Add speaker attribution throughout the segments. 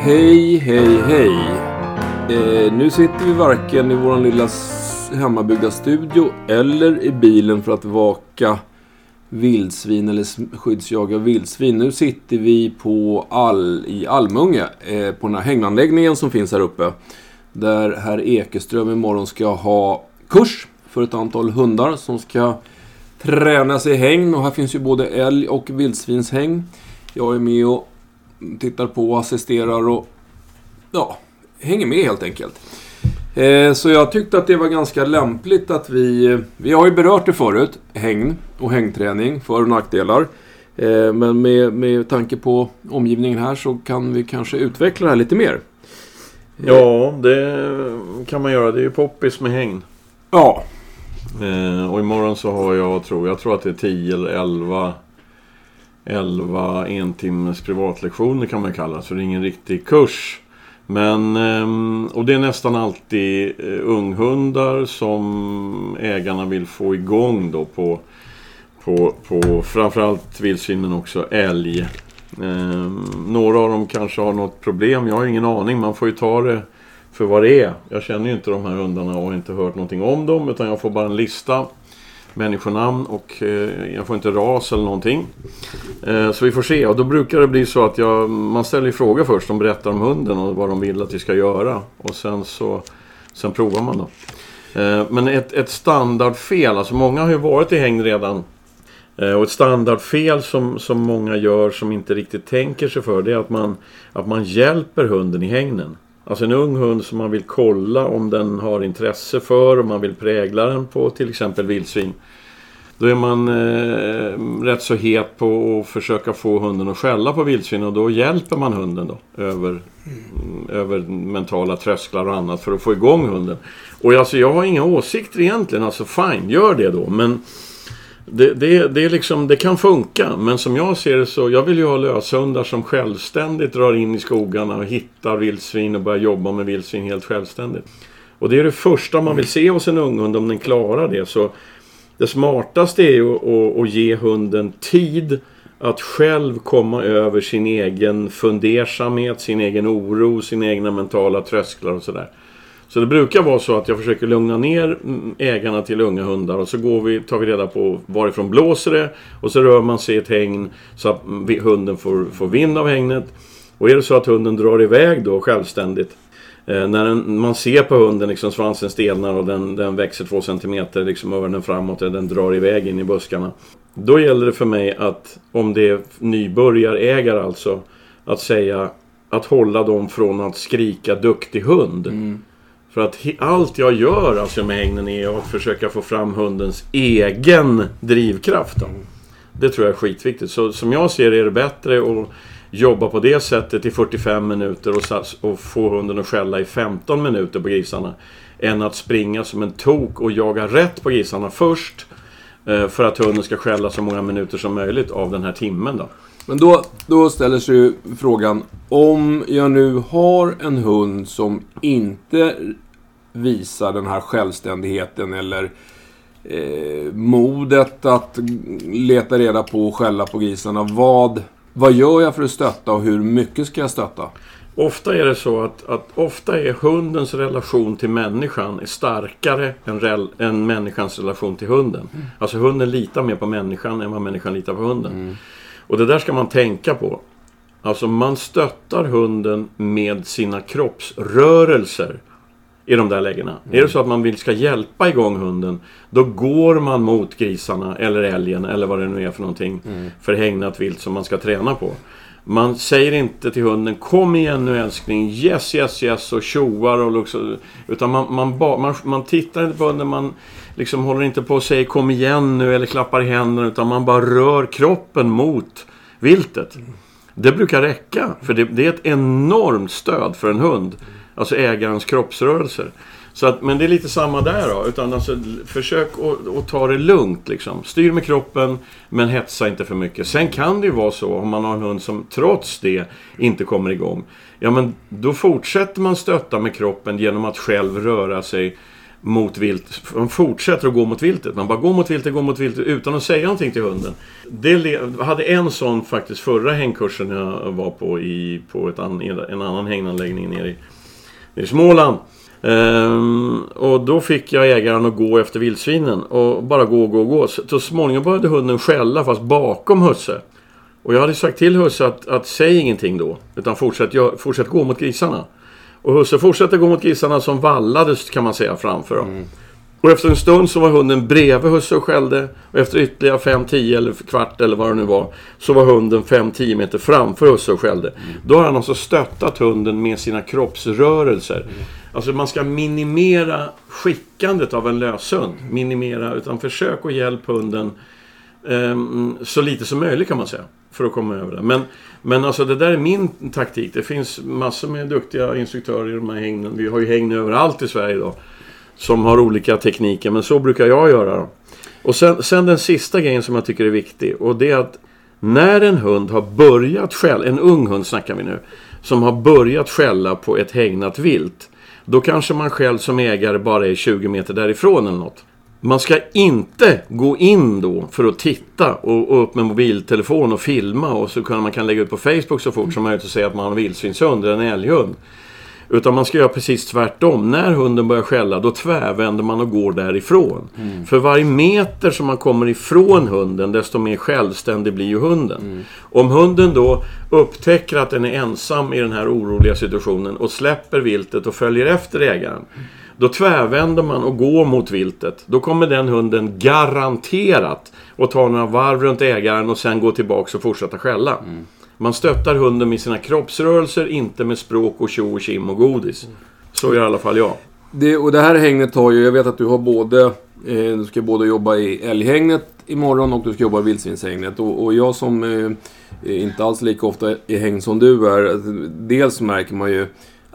Speaker 1: Hej. Nu sitter vi varken i vår lilla hemmabyggda studio eller i bilen för att vaka vildsvin eller skyddsjaga vildsvin. Nu sitter vi i Almunge på den här hänganläggningen som finns här uppe. Där herr Ekeström imorgon ska ha kurs för ett antal hundar som ska träna sig i hägn. Och här finns ju både älg- och vildsvinshägn. Jag är med och tittar på och assisterar och hänger med helt enkelt. Så jag tyckte att det var ganska lämpligt att vi har ju berört det förut, hägn och hängträning, för- och nackdelar. Men med tanke på omgivningen här så kan vi kanske utveckla det här lite mer.
Speaker 2: Ja, det kan man göra. Det är ju poppis med hägn.
Speaker 1: Ja.
Speaker 2: Och imorgon så har jag tror att det är 10 eller 11 entimmes privatlektioner kan man kalla det. Så det är ingen riktig kurs. Men, och det är nästan alltid unghundar som ägarna vill få igång då på framförallt vildsvin men också älg. Några av dem kanske har något problem, jag har ingen aning, man får ju ta det för vad det är. Jag känner ju inte de här hundarna och har inte hört någonting om dem, utan jag får bara en lista, människonamn och jag får inte ras eller någonting. Så vi får se, och då brukar det bli så att man ställer frågor först, de berättar om hunden och vad de vill att vi ska göra, och sen provar man då. Men ett standardfel, alltså många har ju varit i hägn redan, och ett standardfel som många gör som inte riktigt tänker sig för, det är att man hjälper hunden i hägnen. Alltså en ung hund som man vill kolla om den har intresse för, om man vill prägla den på till exempel vildsvin. Då är man rätt så het på att försöka få hunden att skälla på vildsvin, och då hjälper man hunden då över mentala trösklar och annat för att få igång hunden. Och alltså jag har inga åsikter egentligen, alltså fine, gör det då, men det är liksom, det kan funka, men som jag ser det så, jag vill ju ha löshundar som självständigt drar in i skogarna och hittar vildsvin och börjar jobba med vildsvin helt självständigt. Och det är det första man vill se hos en ung hund, om den klarar det. Så det smartaste är ju att ge hunden tid att själv komma över sin egen fundersamhet, sin egen oro, sina egna mentala trösklar och sådär. Så det brukar vara så att jag försöker lugna ner ägarna till unga hundar, och så tar vi reda på varifrån blåser det, och så rör man sig i ett hägn så att hunden får vind av hägnet. Och är det så att hunden drar iväg då självständigt, när man ser på hunden liksom svansen stelnar och den växer 2 centimeter liksom öronen framåt och den drar iväg in i buskarna, då gäller det för mig att, om det är nybörjarägare alltså, att säga att hålla dem från att skrika duktig hund. För att allt jag gör alltså med hägnen är att försöka få fram hundens egen drivkraft då. Det tror jag är skitviktigt. Så som jag ser det är det bättre att jobba på det sättet i 45 minuter och få hunden att skälla i 15 minuter på grisarna, än att springa som en tok och jaga rätt på grisarna först, för att hunden ska skälla så många minuter som möjligt av den här timmen då.
Speaker 1: Men då ställer sig ju frågan, om jag nu har en hund som inte visar den här självständigheten eller modet att leta reda på och skälla på grisarna, vad gör jag för att stötta och hur mycket ska jag stötta?
Speaker 2: Ofta är det så att ofta är hundens relation till människan är starkare än människans relation till hunden. Alltså hunden litar mer på människan än vad människan litar på hunden. Och det där ska man tänka på. Alltså man stöttar hunden med sina kroppsrörelser i de där lägena. Är det så att man ska hjälpa igång hunden, då går man mot grisarna eller älgen eller vad det nu är för någonting för hägnat vilt som man ska träna på. Man säger inte till hunden, kom igen nu älskling, yes och tjoar och liksom, utan man tittar inte på hunden, man liksom håller inte på att säga kom igen nu eller klappar i händerna, utan man bara rör kroppen mot viltet. Det brukar räcka, för det är ett enormt stöd för en hund, alltså ägarens kroppsrörelser. Så att, men det är lite samma där då, utan alltså, försök att ta det lugnt liksom. Styr med kroppen, men hetsa inte för mycket. Sen kan det ju vara så, om man har en hund som trots det inte kommer igång, ja men då fortsätter man stötta med kroppen genom att själv röra sig mot vilt. Man fortsätter att gå mot viltet. Man bara går mot viltet utan att säga någonting till hunden. Jag hade en sån faktiskt förra hängkursen jag var på en annan hänganläggning nere i Småland. Och då fick jag ägaren att gå efter vildsvinen och bara gå. Så småningom började hunden skälla fast bakom husse. Och jag hade sagt till husse att säg ingenting då, utan fortsätt gå mot grisarna. Och husse fortsatte gå mot grisarna som vallades, kan man säga, framför dem. Och efter en stund så var hunden bredvid husse och skällde. Och efter ytterligare 5-10 eller kvart eller vad det nu var, så var hunden 5-10 meter framför husse och skällde. Då har han alltså stöttat hunden med sina kroppsrörelser. Alltså man ska minimera skickandet av en löshund. Utan försök att hjälpa hunden så lite som möjligt, kan man säga, för att komma över det. Men alltså det där är min taktik. Det finns massor med duktiga instruktörer i de här hängnen. Vi har ju hängn överallt i Sverige då, som har olika tekniker, men så brukar jag göra då. Och sen den sista grejen som jag tycker är viktig, och det är att när en hund har börjat skälla, en ung hund snackar vi nu, som har börjat skälla på ett hägnat vilt, då kanske man själv som ägare bara är 20 meter därifrån eller något. Man ska inte gå in då för att titta och upp med mobiltelefon och filma, och så man kan lägga ut på Facebook så fort som möjligt och säga att man har en vildsvinshund eller en älghund. Utan man ska göra precis tvärtom. När hunden börjar skälla, då tvärvänder man och går därifrån. För varje meter som man kommer ifrån hunden, desto mer självständig blir ju hunden. Om hunden då upptäcker att den är ensam i den här oroliga situationen och släpper viltet och följer efter ägaren, då tvärvänder man och går mot viltet. Då kommer den hunden garanterat att ta några varv runt ägaren och sen gå tillbaka och fortsätta skälla. Man stöttar hunden med sina kroppsrörelser, inte med språk och tjo och kim och godis. Så gör i alla fall jag.
Speaker 1: Det här hängnet har ju, jag vet att du har du ska både jobba i älghängnet imorgon och du ska jobba i vildsvinshängnet. Och jag som inte alls lika ofta i häng som du är, dels märker man ju,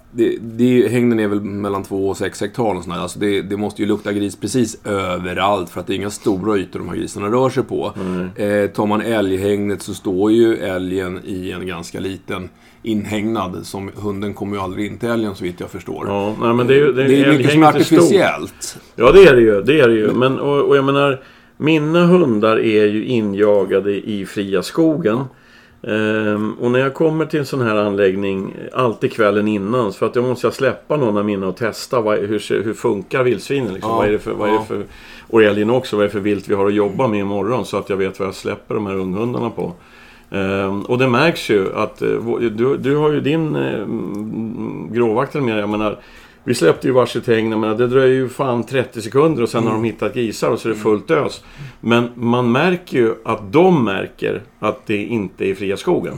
Speaker 1: hängnen är väl mellan 2 och 6 hektar och sådär. Alltså det måste ju lukta gris precis överallt, för att det är inga stora ytor de här grisarna rör sig på. Tar man älghängnet så står ju älgen i en ganska liten inhägnad, som hunden kommer ju aldrig in till älgen, så vitt jag förstår.
Speaker 2: Ja, nej, men det
Speaker 1: är mycket som är artificiellt.
Speaker 2: Ja, det är det ju. Men, och jag menar, mina hundar är ju injagade i fria skogen. Och när jag kommer till en sån här anläggning alltid kvällen innan, för att jag måste släppa någon av mina och testa hur funkar vildsvinen liksom. Vad är det för och älgen också, vad är det för vilt vi har att jobba med imorgon, så att jag vet vad jag släpper de här unghundarna på. Och det märks ju att du har ju din gråvaktare med, jag menar, vi släppte ju varsitt häng, men det dröjer ju fan 30 sekunder och sen har de hittat grisar och så är det fullt ös. Men man märker ju att de märker att det inte är fria skogen.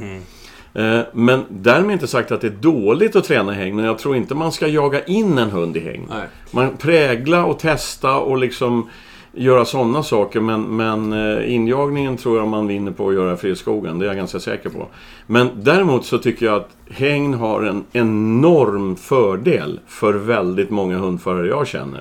Speaker 2: Men därmed inte sagt att det är dåligt att träna häng, men jag tror inte man ska jaga in en hund i häng. Nej. Man prägla och testa och liksom göra sådana saker, men injagningen tror jag man vinner på att göra i fria skogen, det är jag ganska säker på. Men däremot så tycker jag att hägn har en enorm fördel för väldigt många hundförare jag känner.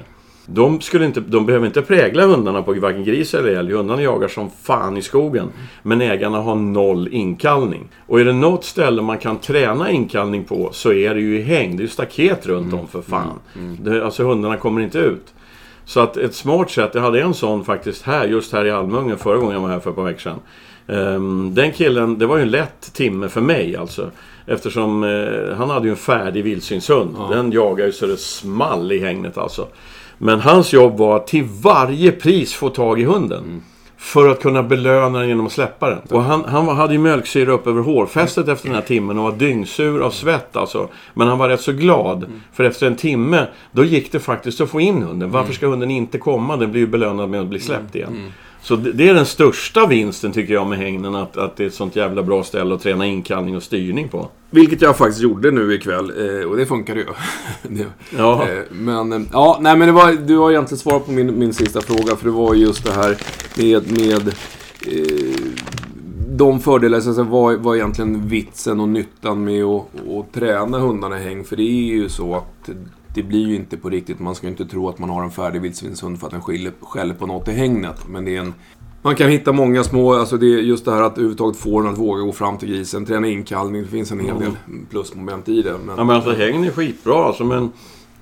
Speaker 2: De behöver inte prägla hundarna på varken gris eller älg. Hundarna jagar som fan i skogen, men ägarna har 0 inkallning. Och är det något ställe man kan träna inkallning på, så är det ju i hägn. Det är ju staket runt om för fan. Alltså hundarna kommer inte ut. Så att ett smart sätt, jag hade en sån faktiskt just här i Almungen förra gången jag var här för ett par veckor sedan. Den killen, det var ju en lätt timme för mig alltså. Eftersom han hade ju en färdig vildsvinshund. Den jagade ju så det small i hängnet alltså. Men hans jobb var att till varje pris få tag i hunden. För att kunna belöna den genom att släppa den. Och han hade ju mjölksyra upp över hårfästet efter den här timmen och var dyngsur av svett alltså. Men han var rätt så glad. För efter en timme, då gick det faktiskt att få in hunden. Varför ska hunden inte komma? Den blir ju belönad med att bli släppt igen. Så det är den största vinsten tycker jag med hängnen, att det är ett sånt jävla bra ställe att träna inkallning och styrning på.
Speaker 1: Vilket jag faktiskt gjorde nu ikväll, och det funkar ju.
Speaker 2: Ja.
Speaker 1: Men du har egentligen svarat på min sista fråga, för det var just det här med de fördelar, så var egentligen vitsen och nyttan med att träna hundarna i häng, för det är ju så att det blir ju inte på riktigt. Man ska ju inte tro att man har en färdig vildsvinshund för att den skäller på något i hängnet. Men det är man kan hitta många små, alltså det är just det här att överhuvudtaget få den att våga gå fram till grisen, träna inkallning, det finns en hel del plusmoment i det.
Speaker 2: Men alltså hängn är skitbra alltså, men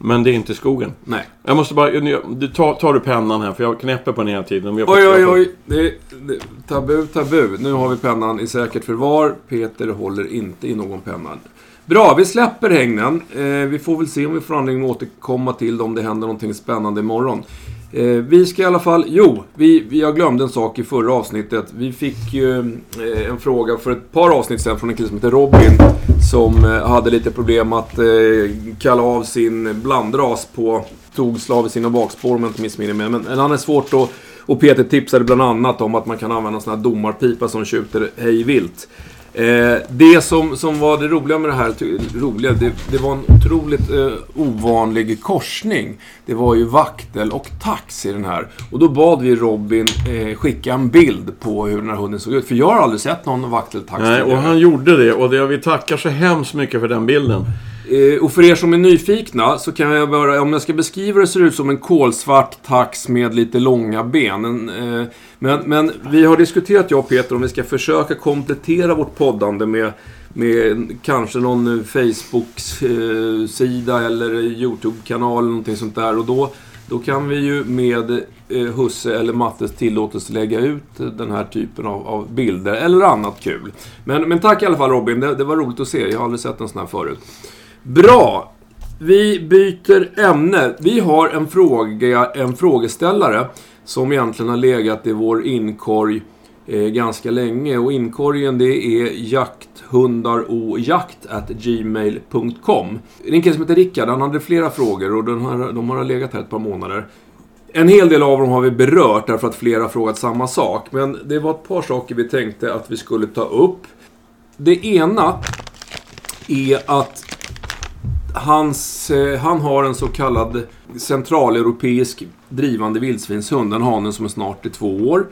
Speaker 2: Men det är inte skogen.
Speaker 1: Nej.
Speaker 2: Jag måste bara... Tar du pennan här, för jag knäpper på den här tiden.
Speaker 1: Oj. Tabu. Nu har vi pennan i säkert förvar. Peter håller inte i någon penna. Bra, vi släpper hängnen. Vi får väl se om vi får anledning att återkomma till det om det händer någonting spännande imorgon. Vi ska i alla fall... jag glömde en sak i förra avsnittet. Vi fick ju en fråga för ett par avsnitt sedan från en kille som heter Robin, som hade lite problem att kalla av sin blandras på togslav och bakspår, om jag inte missminner mig. Men han är svårt att... Och Peter tipsade bland annat om att man kan använda såna här domarpipa som tjuter hej vilt. Det som var det roliga med det här, det var en otroligt ovanlig korsning. Det var ju vaktel och tax i den här. Och då bad vi Robin skicka en bild på hur den här hunden såg ut. För jag har aldrig sett någon vakteltax.
Speaker 2: Nej, och han gjorde det. Och vi tackar så hemskt mycket för den bilden.
Speaker 1: Och för er som är nyfikna så kan jag bara, om jag ska beskriva det, ser ut som en kolsvart tax med lite långa ben. Men vi har diskuterat, jag och Peter, om vi ska försöka komplettera vårt poddande med kanske någon Facebook-sida eller YouTube-kanal eller någonting sånt där. Och då kan vi ju med Husse eller Mattes tillåtelse lägga ut den här typen av bilder eller annat kul. Men tack i alla fall Robin, det var roligt att se. Jag har aldrig sett en sån här förut. Bra, vi byter ämne. Vi har en frågeställare som egentligen har legat i vår inkorg ganska länge. Och inkorgen, det är jakthundarojakt@gmail.com. Det är en kille som heter Rickard, han hade flera frågor och de har legat här ett par månader. En hel del av dem har vi berört därför att flera har frågat samma sak. Men det var ett par saker vi tänkte att vi skulle ta upp. Det ena är att han har en så kallad centraleuropeisk drivande vildsvinshund. En hanen som är snart 2 år.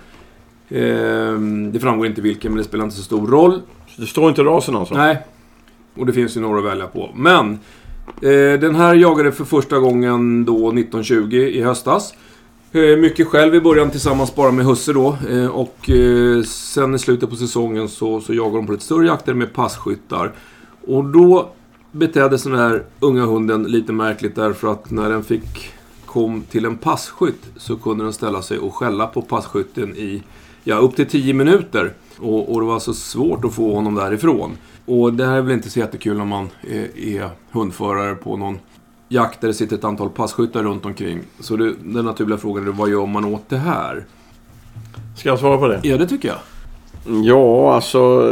Speaker 1: Det framgår inte vilken, men det spelar inte så stor roll.
Speaker 2: Det står inte rasen alltså?
Speaker 1: Nej, och det finns ju några att välja på. Men den här jagade för första gången då 1920 i höstas. Mycket själv i början tillsammans bara med husse då. Och sen i slutet på säsongen så jagar de på lite större jakter med passkyttar. Och då betedde sig den här unga hunden lite märkligt, därför att när den kom till en passkytt så kunde den ställa sig och skälla på passkytten i upp till 10 minuter. Och det var så svårt att få honom därifrån. Och det här är väl inte så jättekul när man är hundförare på någon jakt där det sitter ett antal passkyttar runt omkring. Så den naturliga frågan är, vad gör man åt det här?
Speaker 2: Ska jag svara på det?
Speaker 1: Ja, det tycker jag.
Speaker 2: Ja, alltså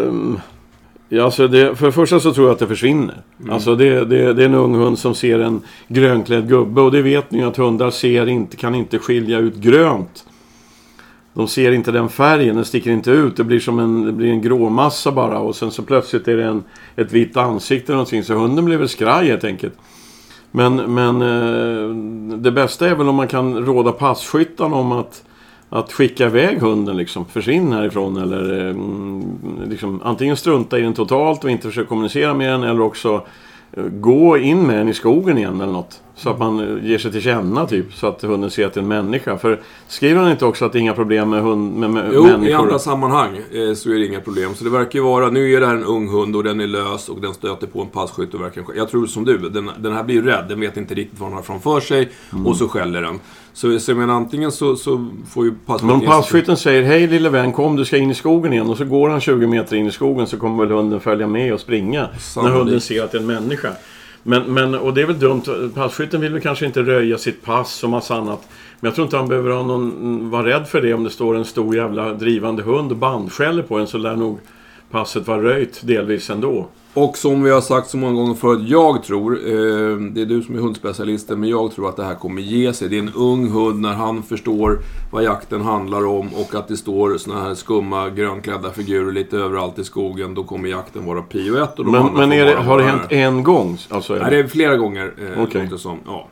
Speaker 2: för det första så tror jag att det försvinner. Alltså det är en ung hund som ser en grönklädd gubbe, och det vet ni att hundar kan inte skilja ut grönt. De ser inte den färgen, den sticker inte ut. Det blir en grå massa bara, och sen så plötsligt är det ett vitt ansikte eller någonting, så hunden blir väl skraj helt enkelt. Men det bästa är väl om man kan råda passkyttan om att skicka iväg hunden, liksom försvinna härifrån, eller liksom antingen strunta i den totalt och inte försöka kommunicera med den, eller också gå in med den i skogen igen eller något, så att man ger sig till känna typ, så att hunden ser att det är en människa. För skriver han inte också att det är inga problem med människor?
Speaker 1: I andra sammanhang så är det inga problem. Så det verkar ju vara, nu är det här en ung hund och den är lös och den stöter på en passkytt och verkar, jag tror som du, den här blir ju rädd, den vet inte riktigt vad den har framför sig och så skäller den. Så jag menar, antingen så får ju passkytten...
Speaker 2: Men om passkytten säger, hej lille vän, kom, du ska in i skogen igen, och så går han 20 meter in i skogen, så kommer väl hunden följa med och springa när hunden ser att det är en människa. Men och det är väl dumt, passkytten vill väl kanske inte röja sitt pass och massa annat. Men jag tror inte han behöver vara rädd för det. Om det står en stor jävla drivande hund och bandskäller på en, så lär nog passet vara röjt delvis ändå. Och
Speaker 1: som vi har sagt så många gånger förut, jag tror, det är du som är hundspecialisten, men jag tror att det här kommer ge sig. Det är en ung hund, när han förstår vad jakten handlar om och att det står såna här skumma grönklädda figurer lite överallt i skogen, då kommer jakten vara prio 1.
Speaker 2: Men har det hänt en gång? Alltså,
Speaker 1: nej, det är flera gånger.
Speaker 2: Okay.
Speaker 1: Ja.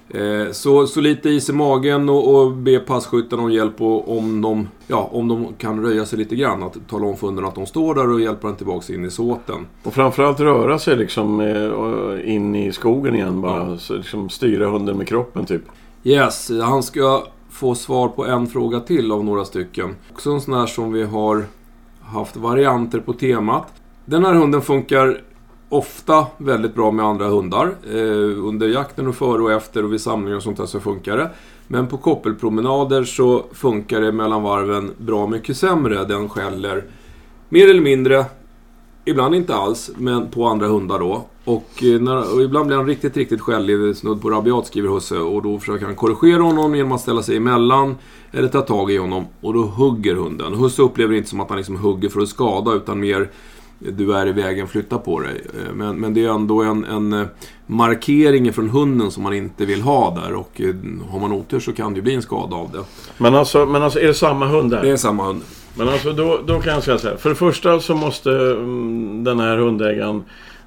Speaker 1: Så lite is i magen och be passkyttarna om hjälp, och om de kan röja sig lite grann, att tala om för hunden att de står där och hjälpa den tillbaka in i såten.
Speaker 2: Och framförallt röra sig liksom in i skogen igen bara, så liksom styra hunden med kroppen typ.
Speaker 1: Yes, han ska få svar på en fråga till av några stycken. Också en sån här som vi har haft varianter på temat. Den här hunden funkar ofta väldigt bra med andra hundar. Under jakten och före och efter och vid samlingar och sånt där så funkar det. Men på koppelpromenader så funkar det mellan varven bra mycket sämre. Den skäller mer eller mindre, ibland inte alls, men på andra hundar då. Och ibland blir han riktigt, riktigt skällig, snudd på rabiat, skriver Husse. Och då försöker han korrigera honom genom att ställa sig emellan eller ta tag i honom. Och då hugger hunden. Husse upplever inte som att han liksom hugger för att skada, utan mer du är i vägen, flytta på dig. Men det är ändå en markering från hunden som man inte vill ha där. Och har man otur så kan det ju bli en skada av det.
Speaker 2: Men alltså är det samma hund där?
Speaker 1: Det är samma hund.
Speaker 2: Men alltså då kan jag säga så här. För det första så måste den här hundägaren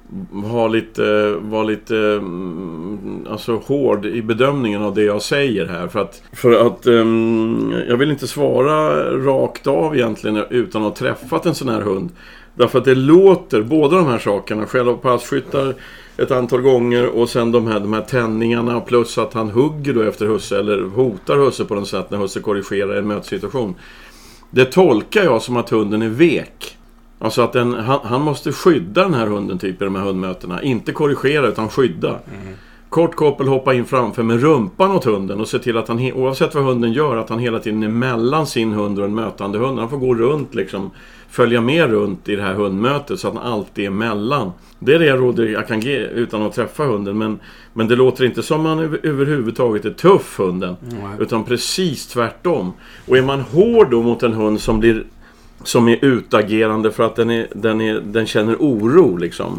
Speaker 2: vara lite alltså hård i bedömningen av det jag säger här. För att jag vill inte svara rakt av egentligen utan att ha träffat en sån här hund. Därför att det låter, båda de här sakerna, själva passkyttar ett antal gånger och sen de här tändningarna plus att han hugger då efter Husse eller hotar Husse på något sätt när Husse korrigerar en mötessituation. Det tolkar jag som att hunden är vek. Alltså att han måste skydda den här hunden typ i de här hundmötena. Inte korrigera utan skydda. Kort koppel, hoppa in framför med rumpan åt hunden och se till att han, oavsett vad hunden gör, att han hela tiden är mellan sin hund och en mötande hund. Han får gå runt liksom, följa med runt i det här hundmötet så att han alltid är mellan. Det är det jag kan ge utan att träffa hunden. Men det låter inte som man överhuvudtaget är tuff hunden. Utan precis tvärtom. Och är man hård då mot en hund som är utagerande för att den känner oro liksom.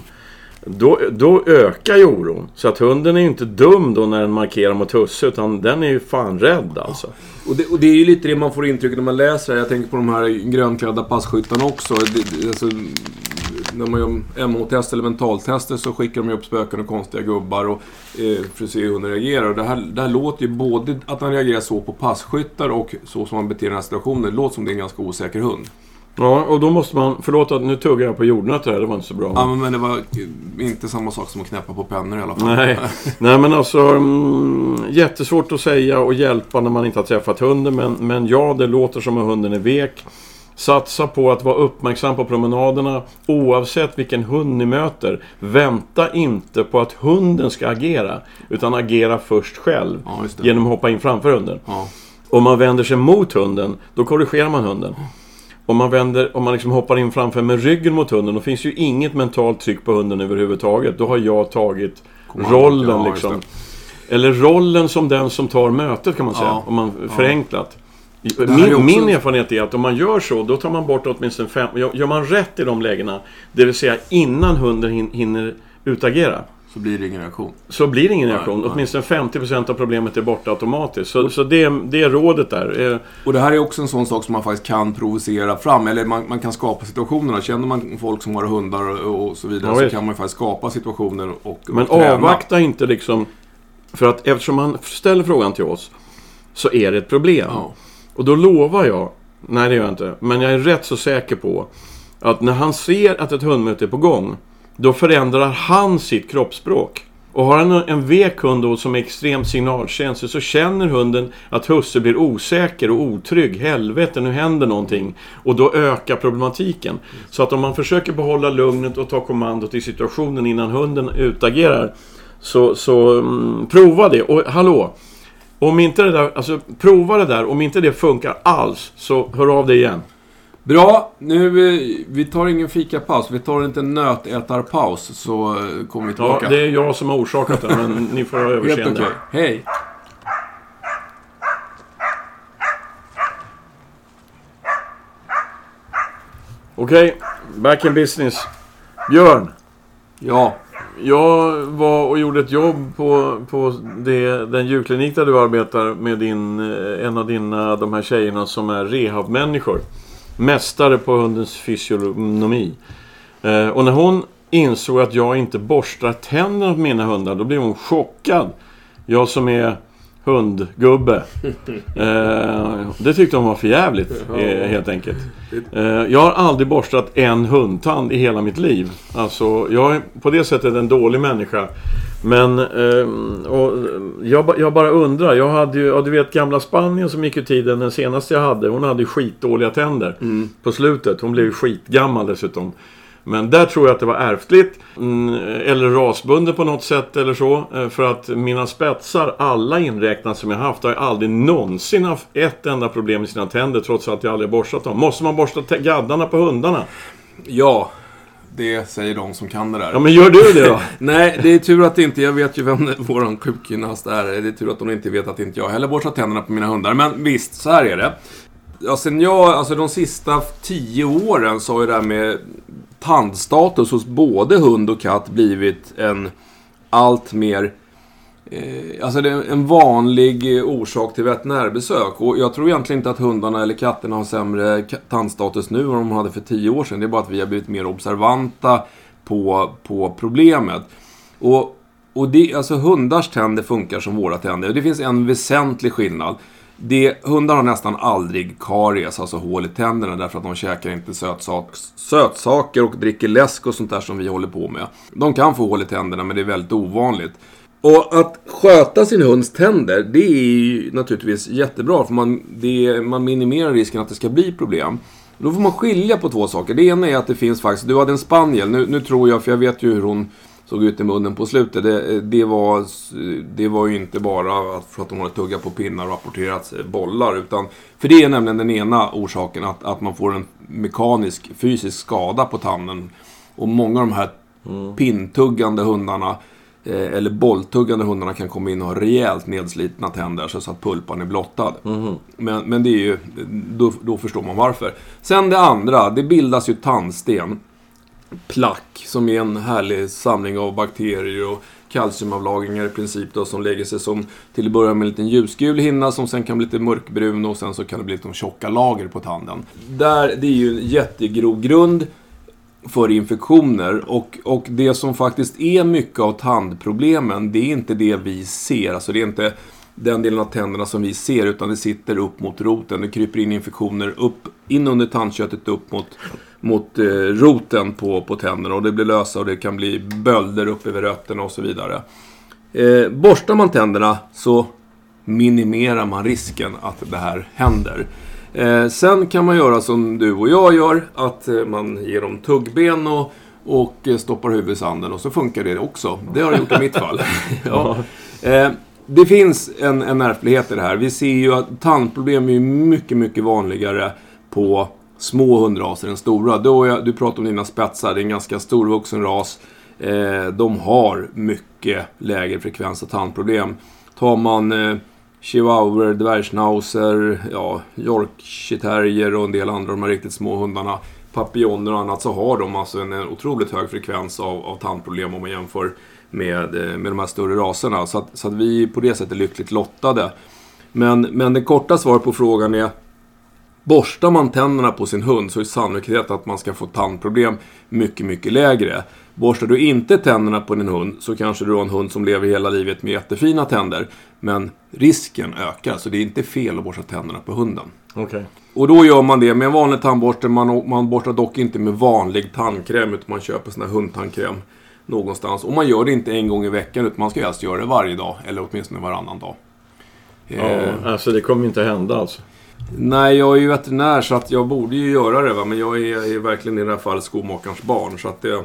Speaker 2: Då ökar ju oron. Så att hunden är ju inte dum då när den markerar mot Husse, utan den är ju fan rädd alltså.
Speaker 1: Och det är ju lite det man får intryck när man läser det. Jag tänker på de här grönklädda passkyttarna också. Alltså, när man gör MH-test eller mentaltester så skickar de upp spöken och konstiga gubbar och för att se hur hunden reagerar. Och det här låter ju både att han reagerar så på passkyttar och så som han beter i den här situationen. Det låter som det är en ganska osäker hund.
Speaker 2: Ja, och då måste man, förlåt att nu tuggar jag på jordnötter här, det var inte så bra.
Speaker 1: Ja, men det var inte samma sak som att knäppa på pennor i alla fall.
Speaker 2: Nej men alltså, jättesvårt att säga och hjälpa när man inte har träffat hunden, men ja, det låter som att hunden är vek. Satsa på att vara uppmärksam på promenaderna oavsett vilken hund ni möter. Vänta inte på att hunden ska agera, utan agera först själv genom att hoppa in framför hunden. Ja. Om man vänder sig mot hunden, då korrigerar man hunden. Om man liksom hoppar in framför med ryggen mot hunden, då finns ju inget mentalt tryck på hunden överhuvudtaget. Då har jag tagit rollen liksom. Eller rollen som den som tar mötet kan man säga, om man förenklat. Min erfarenhet är att om man gör så, då tar man bort åtminstone 5. Gör man rätt i de lägena, det vill säga innan hunden hinner utagera,
Speaker 1: så blir det ingen reaktion.
Speaker 2: Nej. Åtminstone 50% av problemet är borta automatiskt. Så det är rådet där.
Speaker 1: Och det här är också en sån sak som man faktiskt kan provocera fram. Eller man kan skapa situationerna. Känner man folk som har hundar och så vidare, så kan man faktiskt skapa situationer och
Speaker 2: men
Speaker 1: träna.
Speaker 2: Avvakta inte liksom. För att eftersom man ställer frågan till oss, så är det ett problem. Ja. Och då lovar jag, nej det gör jag inte, men jag är rätt så säker på att när han ser att ett hundmöte är på gång, då förändrar han sitt kroppsspråk. Och har han en vek hund då som är extremt signalkänslig, så känner hunden att Husse blir osäker och otrygg. Helvete, nu händer någonting. Och då ökar problematiken. Så att om man försöker behålla lugnet och ta kommandot i situationen innan hunden utagerar, så prova det. Och hallå, om inte det där, alltså prova det där. Om inte det funkar alls, så hör av det igen.
Speaker 1: Bra, nu vi tar ingen fikapaus, vi tar inte nötätarpaus, så kommer vi tillbaka.
Speaker 2: Ja, det är jag som har orsakat det, men ni får ha överseende.
Speaker 1: Helt okej. Hej!
Speaker 2: Okej, back in business. Björn.
Speaker 1: Ja.
Speaker 2: Jag var och gjorde ett jobb på den djurklinik där du arbetar med en av dina, de här tjejerna som är rehabmänniskor. Mästare på hundens fysiologi. Och när hon insåg att jag inte borstar tänderna på mina hundar, då blev hon chockad. Jag som är hundgubbe. Det tyckte hon var för jävligt, helt enkelt. Jag har aldrig borstat en hundtand i hela mitt liv. Alltså, jag är på det sättet en dålig människa. Men jag bara undrar. Jag hade ju, du vet, gamla Spanien som gick i tiden, den senaste jag hade, hon hade skitdåliga tänder på slutet. Hon blev skitgammal dessutom. Men där tror jag att det var ärftligt. Eller rasbundet på något sätt eller så. För att mina spetsar, alla inräknat som jag haft, har jag aldrig någonsin haft ett enda problem med sina tänder. Trots att jag aldrig borstat dem. Måste man borsta gaddarna på hundarna?
Speaker 1: Ja, det säger de som kan det där.
Speaker 2: Ja, men gör du det då?
Speaker 1: Nej, det är tur att inte, jag vet ju vem våran sjukgymnast är. Det är tur att de inte vet att inte jag heller borstar tänderna på mina hundar. Men visst, så här är det. Ja, sen de sista 10 åren så har ju det här med tandstatus hos både hund och katt blivit en allt mer alltså det är en vanlig orsak till veterinärbesök. Och jag tror egentligen inte att hundarna eller katterna har sämre tandstatus nu än de hade för 10 år sedan. Det är bara att vi har blivit mer observanta på problemet. Och det, alltså hundars tänder funkar som våra tänder. Det finns en väsentlig skillnad. Hundar har nästan aldrig karies, alltså hål i tänderna, därför att de käkar inte sötsaker och dricker läsk och sånt där som vi håller på med. De kan få hål i tänderna, men det är väldigt ovanligt. Och att sköta sin hunds tänder, det är ju naturligtvis jättebra, för man minimerar risken att det ska bli problem. Då får man skilja på 2 saker. Det ena är att det finns faktiskt, du hade en spaniel, nu tror jag, för jag vet ju hur hon såg ut i munnen på slutet. Det var ju inte bara för att de hade tuggat på pinnar och rapporterat bollar, utan för det är nämligen den ena orsaken, att man får en mekanisk, fysisk skada på tanden. Och många av de här pintuggande hundarna eller bolltuggande hundarna kan komma in och ha rejält nedslitna tänder så att pulpan är blottad. Men det är ju, då förstår man varför. Sen det andra, det bildas ju tandsten, plack, som är en härlig samling av bakterier och kalciumavlagringar i princip då, som lägger sig som till att börja med en liten ljusgul hinna som sen kan bli lite mörkbrun och sen så kan det bli lite tjocka lager på tanden. Det är ju en jättegrov grund för infektioner, och det som faktiskt är mycket av tandproblemen, det är inte det vi ser, alltså det är inte den delen av tänderna som vi ser, utan det sitter upp mot roten, det kryper in infektioner in under tandköttet upp mot roten på tänderna, och det blir lösa och det kan bli bölder upp över rötterna och så vidare. Borstar man tänderna så minimerar man risken att det här händer. Sen kan man göra som du och jag gör, att man ger dem tuggben och stoppar huvudet i sanden, och så funkar det också. Det har jag gjort i mitt fall. Ja. Det finns en ärftlighet i det här. Vi ser ju att tandproblem är mycket, mycket vanligare på små hundraser än stora. Du pratar om dina spetsar, det är en ganska storvuxen ras. De har mycket lägre frekvens av tandproblem. Tar man chihuahua, dvärgschnauzer, yorkshire terrier och en del andra de här riktigt små hundarna, papillonner och annat, så har de alltså en otroligt hög frekvens av tandproblem om man jämför med de här större raserna. Så att vi på det sättet är lyckligt lottade. Men det korta svaret på frågan är: borstar man tänderna på sin hund så är sannolikheten att man ska få tandproblem mycket, mycket lägre. Borstar du inte tänderna på din hund så kanske du har en hund som lever hela livet med jättefina tänder. Men risken ökar, så det är inte fel att borsta tänderna på hunden.
Speaker 2: Okay.
Speaker 1: Och då gör man det med en vanlig tandborste. Man borstar dock inte med vanlig tandkräm, utan man köper sån här hundtandkräm någonstans. Och man gör det inte en gång i veckan, utan man ska helst göra det varje dag, eller åtminstone varannan dag.
Speaker 2: Alltså det kommer inte hända alltså.
Speaker 1: Nej, jag är ju veterinär så att jag borde ju göra det, va? Men jag är verkligen i det här fallet skomakarens barn, så att det...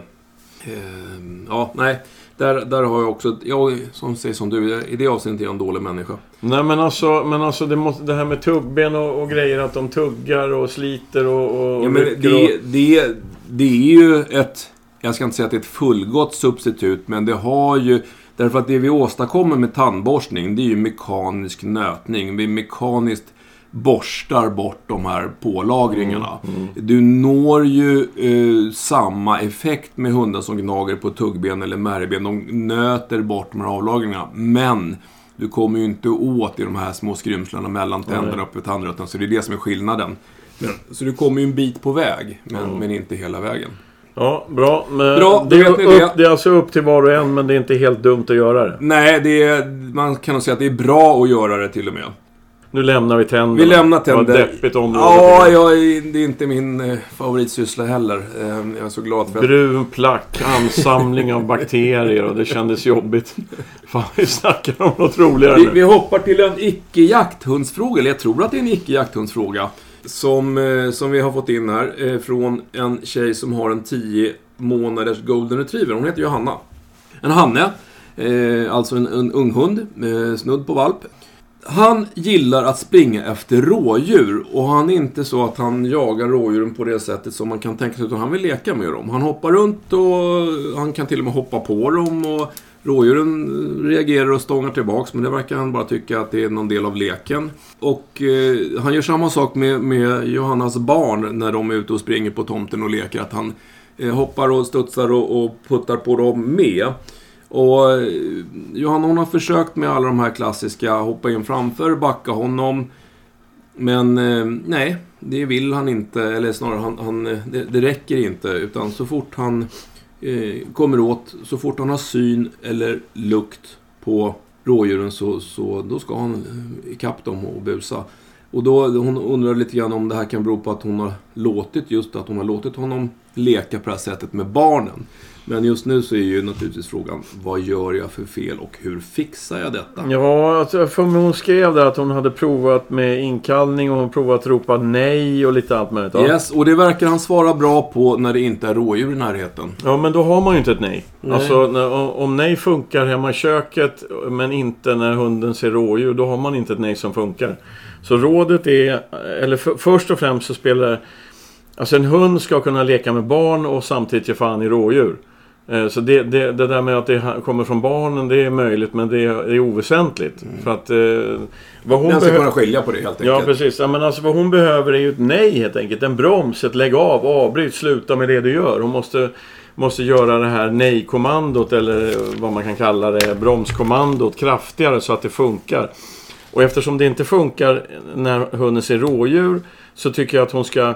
Speaker 1: Där har jag också... Jag som säger som du, i det avseendet är jag en dålig människa.
Speaker 2: Nej, men alltså det här med tuggben och grejer, att de tuggar och sliter och... Ja, men
Speaker 1: det är ju ett... Jag ska inte säga att det är ett fullgott substitut, men det har ju... Därför att det vi åstadkommer med tandborstning, det är ju mekanisk nötning. Vi mekaniskt borstar bort de här pålagringarna. Du når ju samma effekt med hundar som gnager på tuggben eller märgben. De nöter bort de här avlagringarna. Men du kommer ju inte åt i de här små skrymslarna mellan tänderna uppe i tandrötten. Så det är det som är skillnaden. Så du kommer ju en bit på väg, men inte hela vägen.
Speaker 2: Ja, bra. Men det är alltså upp till var och en, men det är inte helt dumt att göra det.
Speaker 1: Nej, man kan nog säga att det är bra att göra det till och med.
Speaker 2: Nu lämnar vi tänderna.
Speaker 1: Vi lämnar tänder.
Speaker 2: Deppigt område.
Speaker 1: Ja, det är inte min favoritsyssla heller. Jag är så glad för att...
Speaker 2: Brun plack, ansamling av bakterier, och det kändes jobbigt. Fan, vi snackar om något roligare.
Speaker 1: Vi hoppar till en icke-jakthundsfråga, eller jag tror att det är en icke-jakthundsfråga som vi har fått in här från en tjej som har en 10 månaders golden retriever. Hon heter Johanna. En hanne, alltså en ung hund, snudd på valp. Han gillar att springa efter rådjur, och han är inte så att han jagar rådjuren på det sättet som man kan tänka sig, utan han vill leka med dem. Han hoppar runt och han kan till och med hoppa på dem, och rådjuren reagerar och stångar tillbaks, men det verkar han bara tycka att det är någon del av leken. Och han gör samma sak med Johannas barn när de är ute och springer på tomten och leker, att han hoppar och studsar och puttar på dem med. Och Johanna, hon har försökt med alla de här klassiska, hoppa in framför, backa honom, men nej, det vill han inte, eller snarare det räcker inte, utan så fort han kommer åt, så fort han har syn eller lukt på rådjuren, så då ska han ikapp dem och busa. Och då hon undrar lite grann om det här kan bero på att hon har låtit honom leka på det här sättet med barnen. Men just nu så är ju naturligtvis frågan, vad gör jag för fel och hur fixar jag detta?
Speaker 2: Ja, alltså, för hon skrev där att hon hade provat med inkallning och hon provat att ropa nej och lite allt möjligt. Ja.
Speaker 1: Yes, och det verkar han svara bra på när det inte är rådjur i närheten.
Speaker 2: Ja, men då har man ju inte ett nej. Alltså, om nej funkar hemma i köket men inte när hunden ser rådjur, då har man inte ett nej som funkar. Så rådet är, eller först och främst så spelar, alltså en hund ska kunna leka med barn och samtidigt ge fan i rådjur. Så det där med att det kommer från barnen, det är möjligt, men det är oväsentligt. För att vad hon
Speaker 1: ska kunna skilja på det helt enkelt.
Speaker 2: Ja, precis. Ja, men alltså vad hon behöver är ju ett nej helt enkelt. En broms, ett lägg av, avbryt, sluta med det du gör. Hon måste göra det här nej-kommandot, eller vad man kan kalla det, bromskommandot, kraftigare så att det funkar. Och eftersom det inte funkar när hunden ser rådjur, så tycker jag att hon ska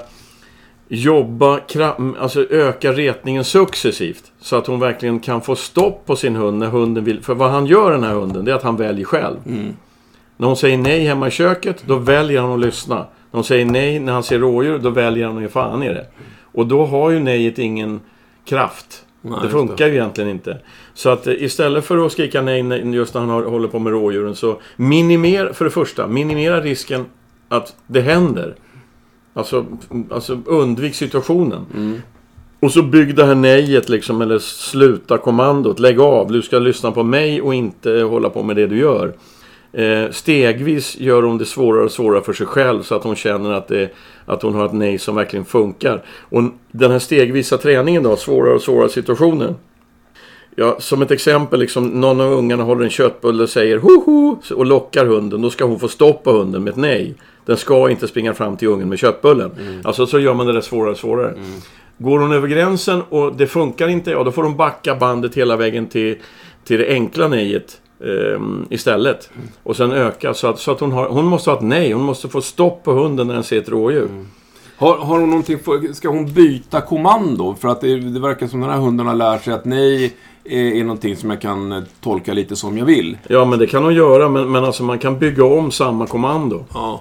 Speaker 2: alltså öka retningen successivt, så att hon verkligen kan få stopp på sin hund när hunden vill. För vad han gör, den här hunden, det är att han väljer själv. När hon säger nej hemma i köket, då väljer han att lyssna. När hon säger nej när han ser rådjur, då väljer han att ge fan i det. Och då har ju nejet ingen kraft. Nej, det funkar ju egentligen inte. Så att istället för att skrika nej just när han håller på med rådjuren, så minimera risken att det händer. Alltså undvik situationen. Och så bygg det här nejet liksom, eller sluta kommandot, lägg av, du ska lyssna på mig och inte hålla på med det du gör. Stegvis gör hon det svårare och svårare för sig själv, så att hon känner att hon har ett nej som verkligen funkar. Och den här stegvisa träningen då, svårare och svårare situationer. Ja, som ett exempel, liksom, någon av ungarna håller en köttbulle och säger hoho och lockar hunden, då ska hon få stoppa hunden med ett nej. Den ska inte springa fram till ungen med köttbullen. Alltså så gör man det där svårare och svårare. Går hon över gränsen och det funkar inte, ja, då får hon backa bandet hela vägen till det enkla nejet istället. Och sen öka så att hon måste ha ett nej. Hon måste få stopp på hunden när den ser ett rådjur.
Speaker 1: Har hon någonting ska hon byta kommando? För att det verkar som den här hunden har lärt sig att nej är någonting som jag kan tolka lite som jag vill.
Speaker 2: Ja, men det kan hon göra, men alltså man kan bygga om samma kommando.
Speaker 1: Ja.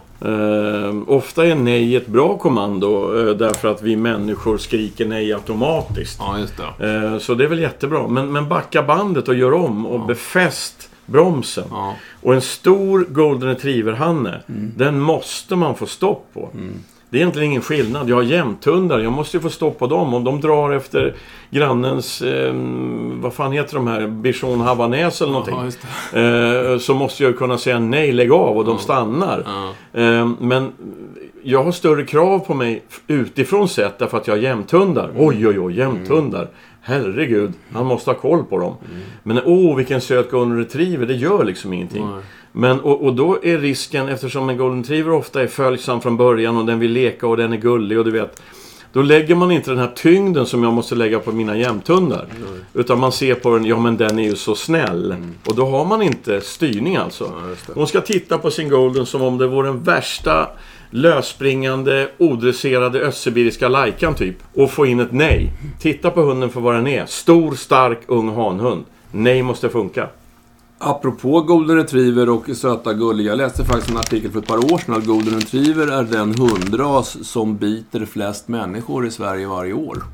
Speaker 2: Ofta är nej ett bra kommando, därför att vi människor skriker nej automatiskt.
Speaker 1: Ja, just det.
Speaker 2: Så det är väl jättebra. Men backa bandet och gör om och befäst bromsen. Ja. Och en stor golden retriever-hanne, den måste man få stopp på. Det är egentligen ingen skillnad. Jag har jämthundar, jag måste ju få stopp på dem. Om de drar efter grannens, vad fan heter de här, bichon havanäs eller någonting. Ja, just det. Så måste jag kunna säga nej, lägg av, och de stannar. Ja. Men jag har större krav på mig utifrån sett, därför att jag har jämthundar. Oj, jämthundar. Herregud, han måste ha koll på dem. Men vilken söt golden retriever, det gör liksom ingenting. Men, och då är risken, eftersom en golden retriever ofta är följsam från början och den vill leka och den är gullig och du vet, då lägger man inte den här tyngden som jag måste lägga på mina jämthundar. Utan man ser på den, ja men den är ju så snäll. Och då har man inte styrning alltså. Man ska titta på sin golden som om det vore den värsta lösspringande, odresserade östsibiriska lajkan typ. Och få in ett nej. Titta på hunden för vad den är. Stor, stark, ung hanhund. Nej måste funka.
Speaker 1: Apropå golden retriever och söta gulliga, jag läste faktiskt en artikel för ett par år sedan att golden retriever är den hundras som biter flest människor i Sverige varje år.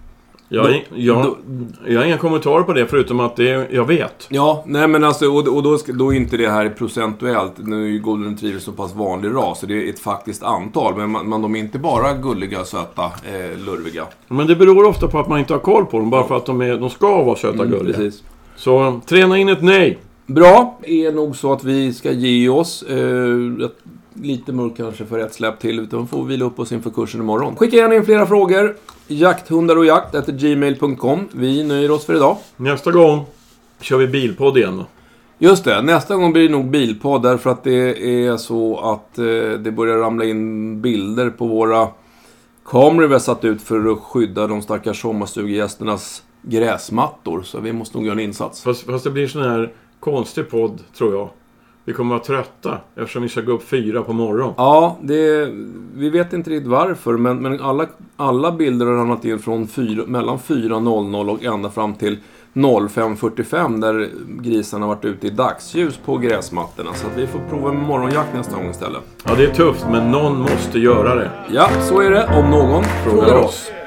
Speaker 2: Jag har inga kommentarer på det förutom att jag vet.
Speaker 1: Ja, nej men alltså, och då är inte det här procentuellt. Nu är ju golden retriever så pass vanlig ras, så det är ett faktiskt antal. Men de är inte bara gulliga, söta, lurviga.
Speaker 2: Men det beror ofta på att man inte har koll på dem, bara för att de ska vara söta, gulliga.
Speaker 1: Precis.
Speaker 2: Så träna in ett nej.
Speaker 1: Bra, det är nog så att vi ska ge oss. Lite mörkt kanske för ett släpp till, utan får vila upp oss inför kursen imorgon. Skicka gärna in flera frågor. jakthundarochjakt@gmail.com. Vi nöjer oss för idag.
Speaker 2: Nästa gång kör vi bilpodd igen då.
Speaker 1: Just det, nästa gång blir det nog bilpodd, därför att det är så att det börjar ramla in bilder på våra kameror vi har satt ut för att skydda de stackars sommarstugegästernas gräsmattor. Så vi måste nog göra en insats.
Speaker 2: Fast det blir sån här konstig podd, tror jag. Vi kommer vara trötta eftersom vi ska gå upp 4 på morgon.
Speaker 1: Ja, vi vet inte riktigt varför, men alla bilder har ramlat in från mellan 4.00 och ända fram till 05.45 där grisarna har varit ute i dagsljus på gräsmattorna. Så att vi får prova med morgonjakt nästa gång istället.
Speaker 2: Ja, det är tufft, men någon måste göra det.
Speaker 1: Ja, så är det om någon frågar oss.